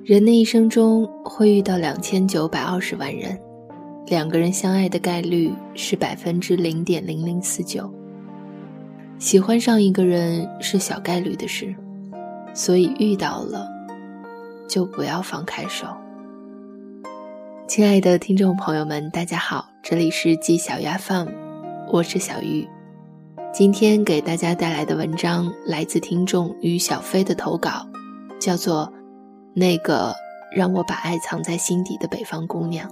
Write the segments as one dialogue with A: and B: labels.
A: 人的一生中会遇到2920万人，两个人相爱的概率是 0.0049%。喜欢上一个人是小概率的事，所以遇到了就不要放开手。亲爱的听众朋友们，大家好，这里是季小鱼 FM， 我是小鱼。今天给大家带来的文章来自听众于小飞的投稿，叫做那个让我把爱藏在心底的北方姑娘。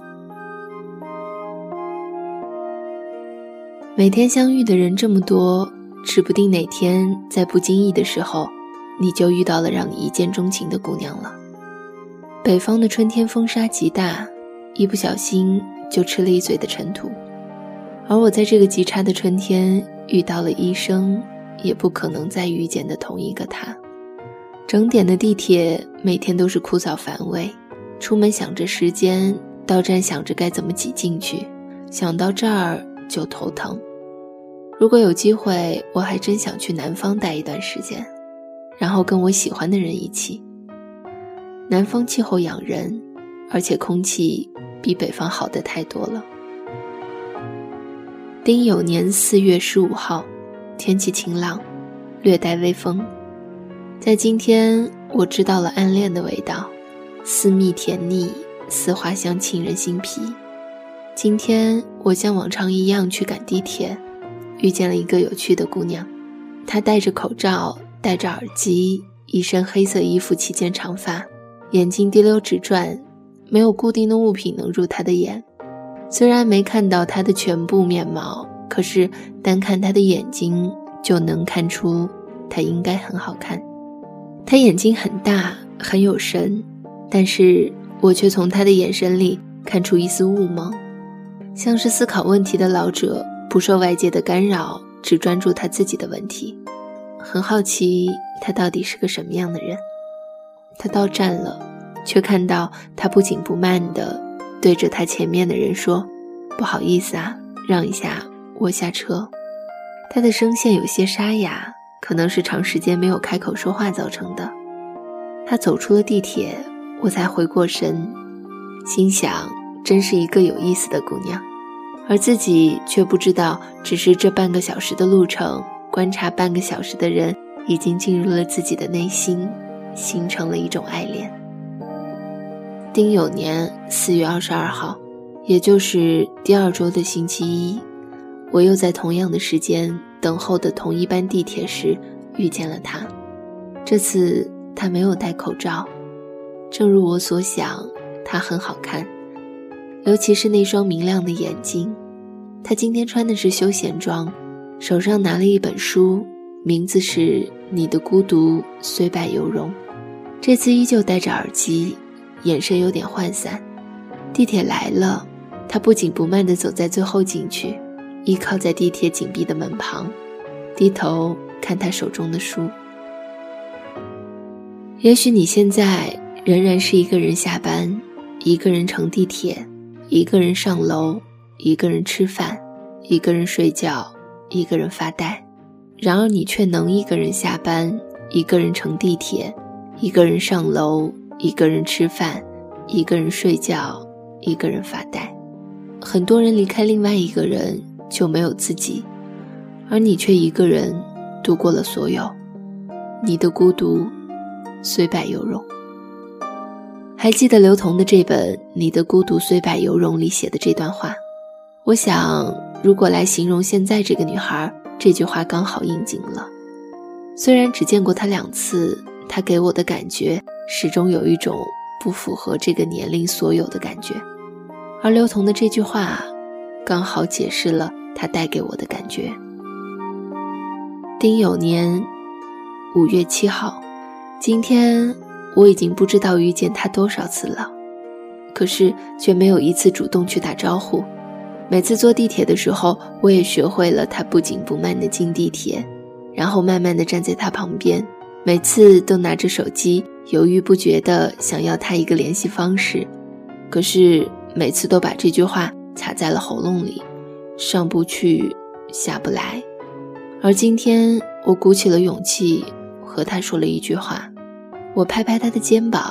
A: 每天相遇的人这么多，指不定哪天在不经意的时候，你就遇到了让你一见钟情的姑娘了。北方的春天风沙极大，一不小心就吃了一嘴的尘土，而我在这个极差的春天遇到了一生也不可能再遇见的同一个他。整点的地铁每天都是枯燥乏味，出门想着时间，到站想着该怎么挤进去，想到这儿就头疼。如果有机会，我还真想去南方待一段时间，然后跟我喜欢的人一起。南方气候养人，而且空气比北方好得太多了。丁酉年4月15号，天气晴朗，略带微风。在今天，我知道了暗恋的味道，私密甜腻，丝花香沁人心脾。今天我像往常一样去赶地铁，遇见了一个有趣的姑娘。她戴着口罩，戴着耳机，一身黑色衣服，齐肩长发，眼睛滴溜直转，没有固定的物品能入她的眼。虽然没看到她的全部面貌，可是单看她的眼睛就能看出她应该很好看。她眼睛很大，很有神，但是我却从她的眼神里看出一丝雾蒙，像是思考问题的老者，不受外界的干扰，只专注他自己的问题。很好奇他到底是个什么样的人。他到站了，却看到他不紧不慢地对着他前面的人说，不好意思啊，让一下，我下车。他的声线有些沙哑，可能是长时间没有开口说话造成的。他走出了地铁，我才回过神，心想真是一个有意思的姑娘。而自己却不知道，只是这半个小时的路程，观察半个小时的人已经进入了自己的内心，形成了一种爱恋。丁酉年4月22号，也就是第2周的星期一，我又在同样的时间等候的同一班地铁时遇见了他。这次他没有戴口罩，正如我所想，他很好看，尤其是那双明亮的眼睛。他今天穿的是休闲装，手上拿了一本书，名字是《你的孤独虽败犹荣》。这次依旧戴着耳机，眼神有点涣散。地铁来了，他不紧不慢地走在最后进去，依靠在地铁紧闭的门旁，低头看他手中的书。也许你现在仍然是一个人下班，一个人乘地铁，一个人上楼，一个人吃饭，一个人睡觉，一个人发呆。然而你却能一个人下班，一个人乘地铁，一个人上楼，一个人吃饭，一个人睡觉，一个人发呆。很多人离开另外一个人就没有自己，而你却一个人度过了所有。你的孤独虽败犹荣。还记得刘同的这本《你的孤独虽败犹荣》里写的这段话，我想如果来形容现在这个女孩，这句话刚好应景了。虽然只见过她2次，她给我的感觉始终有一种不符合这个年龄所有的感觉，而刘同的这句话刚好解释了她带给我的感觉。丁酉年5月7号，今天我已经不知道遇见他多少次了，可是却没有一次主动去打招呼。每次坐地铁的时候，我也学会了他不紧不慢地进地铁，然后慢慢地站在他旁边，每次都拿着手机，犹豫不决地想要他一个联系方式，可是每次都把这句话卡在了喉咙里，上不去下不来。而今天我鼓起了勇气和他说了一句话，我拍拍他的肩膀，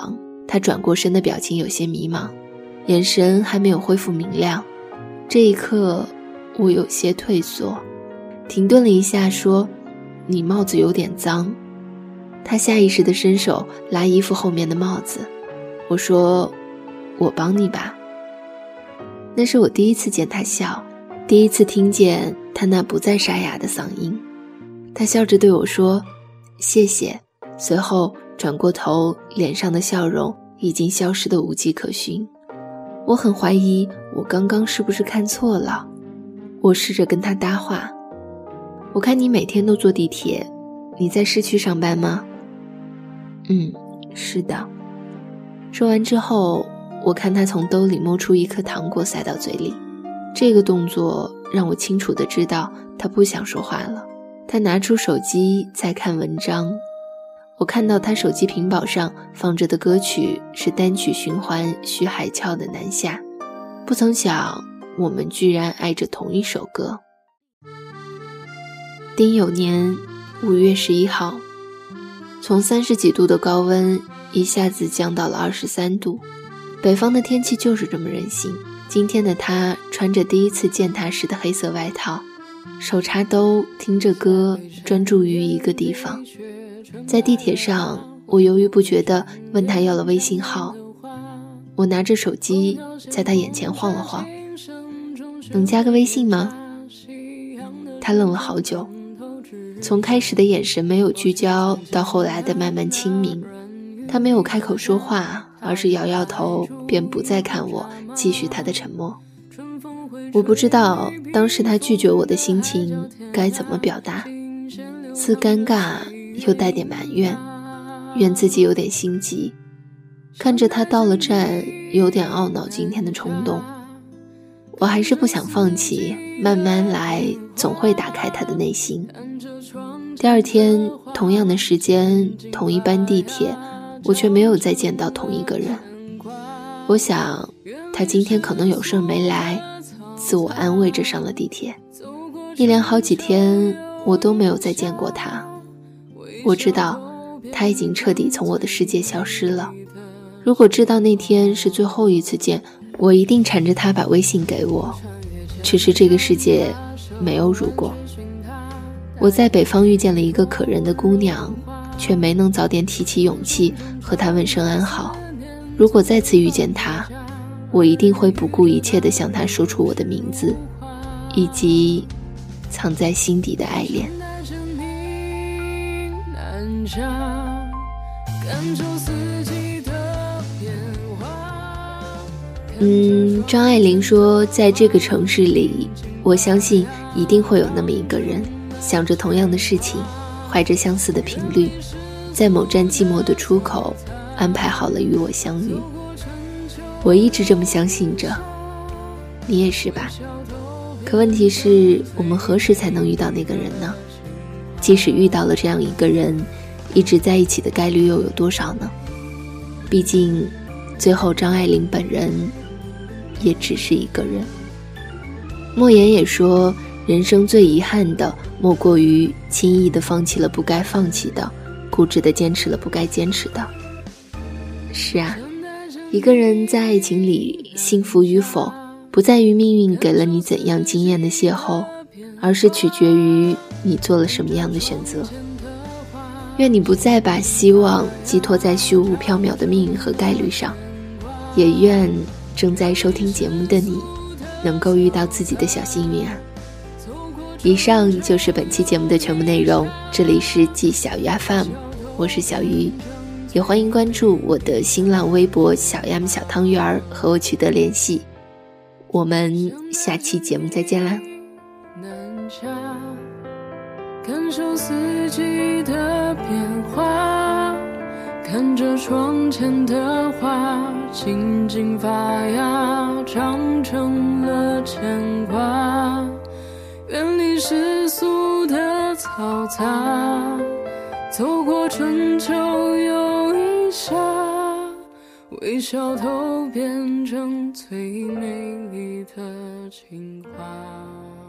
A: 他转过身的表情有些迷茫，眼神还没有恢复明亮。这一刻我有些退缩，停顿了一下说，你帽子有点脏。他下意识地伸手拉衣服后面的帽子，我说，我帮你吧。那是我第一次见他笑，第一次听见他那不再沙哑的嗓音。他笑着对我说，谢谢，随后转过头，脸上的笑容已经消失得无迹可寻。我很怀疑我刚刚是不是看错了。我试着跟他搭话，我看你每天都坐地铁，你在市区上班吗？是的。说完之后，我看他从兜里摸出一颗糖果塞到嘴里，这个动作让我清楚地知道他不想说话了。他拿出手机在看文章，我看到他手机屏保上放着的歌曲是单曲循环徐海俏的《南下》，不曾想我们居然爱着同一首歌。丁酉年5月11号，从30几度的高温一下子降到了23度，北方的天气就是这么任性。今天的他穿着第一次见他时的黑色外套，手插兜，听着歌，专注于一个地方。在地铁上，我犹豫不决地问他要了微信号。我拿着手机在他眼前晃了晃，能加个微信吗？他愣了好久，从开始的眼神没有聚焦到后来的慢慢清明，他没有开口说话，而是摇摇头，便不再看我，继续他的沉默。我不知道当时他拒绝我的心情该怎么表达，似尴尬又带点埋怨，怨自己有点心急，看着他到了站，有点懊恼今天的冲动。我还是不想放弃，慢慢来，总会打开他的内心。第二天同样的时间，同一班地铁，我却没有再见到同一个人。我想他今天可能有事没来，自我安慰着上了地铁。一连好几天我都没有再见过他。我知道他已经彻底从我的世界消失了。如果知道那天是最后一次见，我一定缠着他把微信给我。只是这个世界没有如果。我在北方遇见了一个可人的姑娘，却没能早点提起勇气和她问声安好。如果再次遇见她，我一定会不顾一切地向她说出我的名字，以及藏在心底的爱恋。张爱玲说，在这个城市里，我相信一定会有那么一个人，想着同样的事情，怀着相似的频率，在某站寂寞的出口安排好了与我相遇。我一直这么相信着，你也是吧？可问题是，我们何时才能遇到那个人呢？即使遇到了这样一个人，一直在一起的概率又有多少呢？毕竟最后张爱玲本人也只是一个人。莫言也说，人生最遗憾的莫过于轻易地放弃了不该放弃的，固执地坚持了不该坚持的。是啊，一个人在爱情里幸福与否，不在于命运给了你怎样惊艳的邂逅，而是取决于你做了什么样的选择。愿你不再把希望寄托在虚无缥缈的命运和概率上，也愿正在收听节目的你能够遇到自己的小幸运啊。以上就是本期节目的全部内容，这里是季小鱼 FM， 我是小鱼，也欢迎关注我的新浪微博小鸭小汤圆和我取得联系。我们下期节目再见啦。感受四季的变化，看着窗前的花静静发芽，长成了牵挂。远离世俗的嘈杂，走过春秋又一夏，微笑都变成最美丽的情话。